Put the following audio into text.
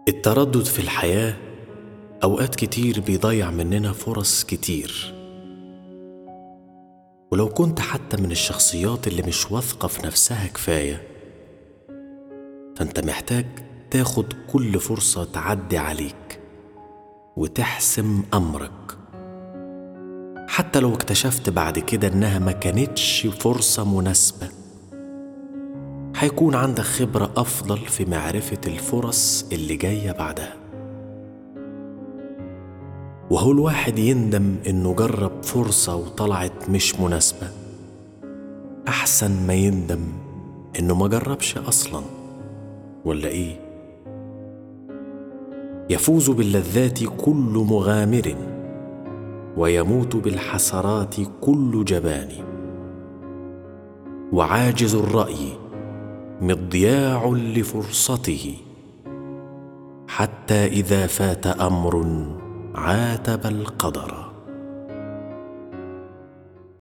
التردد في الحياة أوقات كتير بيضيع مننا فرص كتير. ولو كنت حتى من الشخصيات اللي مش واثقة في نفسها كفاية، فأنت محتاج تاخد كل فرصة تعدي عليك وتحسم أمرك، حتى لو اكتشفت بعد كده إنها ما كانتش فرصة مناسبة. هيكون عندك خبرة أفضل في معرفة الفرص اللي جاية بعدها. وهو الواحد يندم إنه جرب فرصة وطلعت مش مناسبة أحسن ما يندم إنه ما جربش أصلا، ولا إيه؟ يفوز باللذات كل مغامر، ويموت بالحسرات كل جبان، وعاجز الرأي مضياع لفرصته، حتى إذا فات أمر عاتب القدر.